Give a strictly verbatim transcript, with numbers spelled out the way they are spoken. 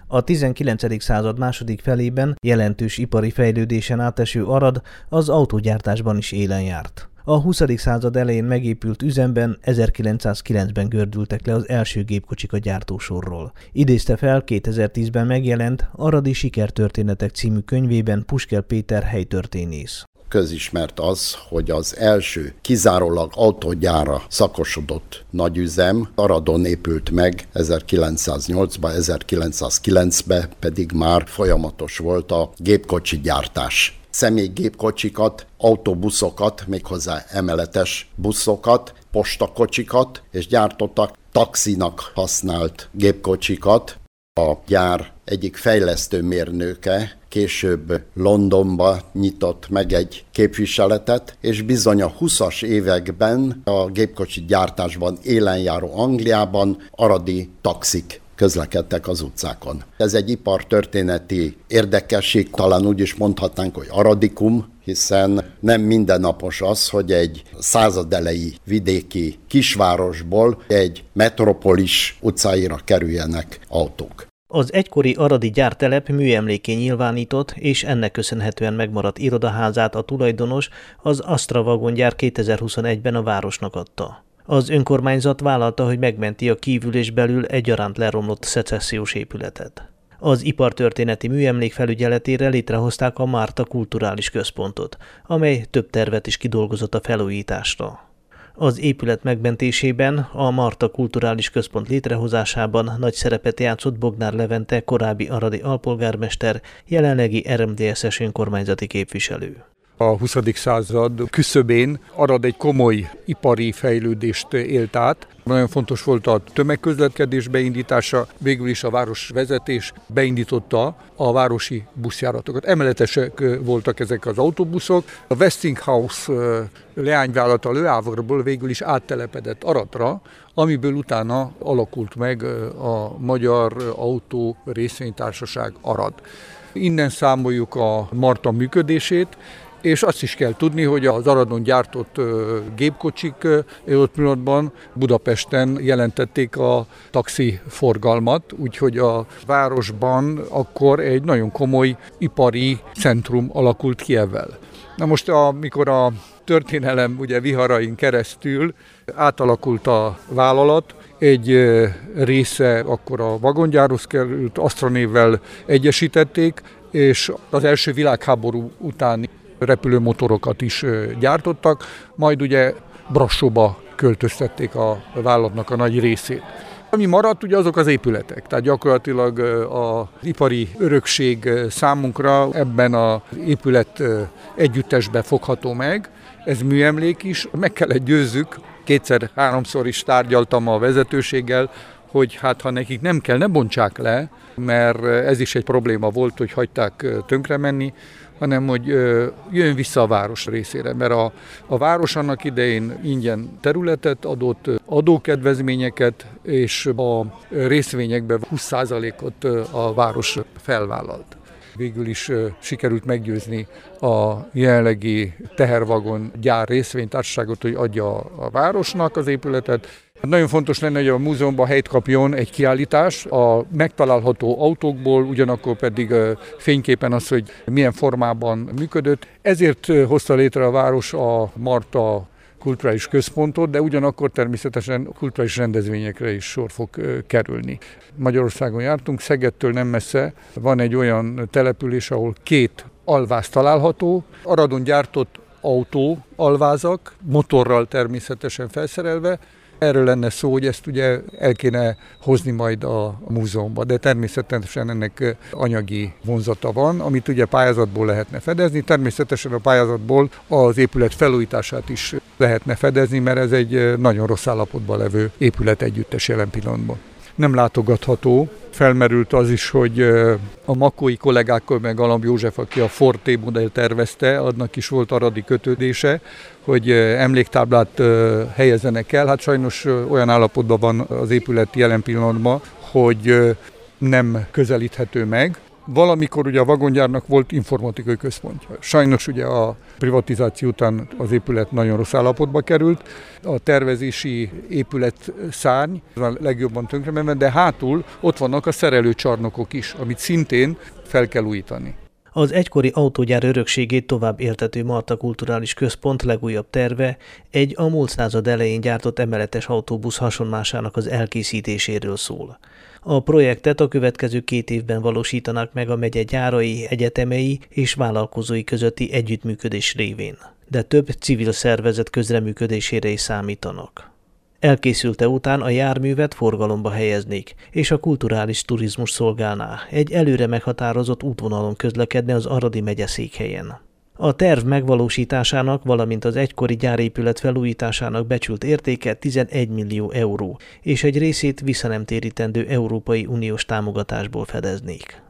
A tizenkilencedik század második felében jelentős ipari fejlődésen áteső Arad az autógyártásban is élen járt. A huszadik század elején megépült üzemben ezerkilencszázkilencben gördültek le az első gépkocsik a gyártósorról. Idézte fel kétezer-tízben megjelent Aradi Sikertörténetek című könyvében Puskel Péter helytörténész. Közismert az, hogy az első kizárólag autógyárra szakosodott nagyüzem Aradon épült meg ezerkilencszáznyolcban, ezerkilencszázkilencben pedig már folyamatos volt a gépkocsi gyártás. Személygépkocsikat, autóbuszokat, méghozzá emeletes buszokat, postakocsikat, és gyártottak taxinak használt gépkocsikat. A gyár egyik fejlesztő mérnöke később Londonba nyitott meg egy képviseletet, és bizony a huszas években a gépkocsi gyártásban élenjáró Angliában aradi taxik közlekedtek az utcákon. Ez egy ipartörténeti érdekesség, talán úgy is mondhatnánk, hogy aradikum, hiszen nem mindennapos az, hogy egy századelejé vidéki kisvárosból egy metropolis utcáira kerüljenek autók. Az egykori aradi gyártelep műemlékké nyilvánított, és ennek köszönhetően megmaradt irodaházát a tulajdonos az Astra vagongyár kétezer-huszonegyben a városnak adta. Az önkormányzat vállalta, hogy megmenti a kívül és belül egyaránt leromlott szecessziós épületet. Az ipartörténeti műemlék felügyeletére létrehozták a Márta Kulturális Központot, amely több tervet is kidolgozott a felújításra. Az épület megmentésében, a Marta Kulturális Központ létrehozásában nagy szerepet játszott Bognár Levente, korábbi aradi alpolgármester, jelenlegi er em dé es es önkormányzati képviselő. A huszadik század küszöbén Arad egy komoly ipari fejlődést élt át. Nagyon fontos volt a tömegközlekedés beindítása, végül is a városvezetés beindította a városi buszjáratokat. Emeletesek voltak ezek az autóbuszok. A Westinghouse leányvállalata Le Havre-ból végül is áttelepedett Aradra, amiből utána alakult meg a Magyar Autó Részvénytársaság Arad. Innen számoljuk a Marta működését, és azt is kell tudni, hogy az Aradon gyártott gépkocsik ott pillanatban Budapesten jelentették a taxi forgalmat, úgyhogy a városban akkor egy nagyon komoly ipari centrum alakult ki ezzel. Na most, amikor a történelem ugye viharain keresztül átalakult a vállalat, egy része akkor a vagongyárhoz került, Astra névvel egyesítették, és az első világháború utáni repülőmotorokat is gyártottak, majd ugye Brassóba költöztették a vállalatnak a nagy részét. Ami maradt, ugye azok az épületek, tehát gyakorlatilag az ipari örökség számunkra ebben az épület együttesben fogható meg. Ez műemlék is, meg kellett győzzük, kétszer-háromszor is tárgyaltam a vezetőséggel, hogy hát ha nekik nem kell, ne bontsák le, mert ez is egy probléma volt, hogy hagyták tönkre menni, hanem hogy jön vissza a város részére, mert a, a város annak idején ingyen területet adott, adókedvezményeket, és a részvényekben húsz százalékot a város felvállalt. Végül is sikerült meggyőzni a jelenlegi tehervagon gyár részvénytársaságot, hogy adja a városnak az épületet. Nagyon fontos lenne, hogy a múzeumban helyt kapjon egy kiállítás a megtalálható autókból, ugyanakkor pedig fényképen az, hogy milyen formában működött. Ezért hozta létre a város a Marta Kulturális Központot, de ugyanakkor természetesen kulturális rendezvényekre is sor fog kerülni. Magyarországon jártunk, Szegedtől nem messze van egy olyan település, ahol két alváz található, Aradon gyártott autó alvázak, motorral természetesen felszerelve. Erről lenne szó, hogy ezt ugye el kéne hozni majd a múzeumba, de természetesen ennek anyagi vonzata van, amit ugye pályázatból lehetne fedezni. Természetesen a pályázatból az épület felújítását is lehetne fedezni, mert ez egy nagyon rossz állapotban levő épület együttes jelen pillanatban. Nem látogatható. Felmerült az is, hogy a makói kollégákkal, meg Galamb József, aki a Ford T-modell tervezte, annak is volt aradi kötődése, hogy emléktáblát helyezzenek el. Hát sajnos olyan állapotban van az épület jelen pillanatban, hogy nem közelíthető meg. Valamikor ugye a vagongyárnak volt informatikai központja. Sajnos ugye a privatizáció után az épület nagyon rossz állapotba került. A tervezési épület szárny a legjobban tönkremenve, de hátul ott vannak a szerelőcsarnokok is, amit szintén fel kell újítani. Az egykori autógyár örökségét tovább éltető Marta Kulturális Központ legújabb terve egy a múlt század elején gyártott emeletes autóbusz hasonlásának az elkészítéséről szól. A projektet a következő két évben valósítanak meg a megye gyárai, egyetemei és vállalkozói közötti együttműködés révén, de több civil szervezet közreműködésére is számítanak. Elkészülte után a járművet forgalomba helyeznék, és a kulturális turizmus szolgálná, egy előre meghatározott útvonalon közlekedne az Aradi megye székhelyen. A terv megvalósításának, valamint az egykori gyárépület felújításának becsült értéke tizenegy millió euró, és egy részét visszanemtérítendő Európai Uniós támogatásból fedeznék.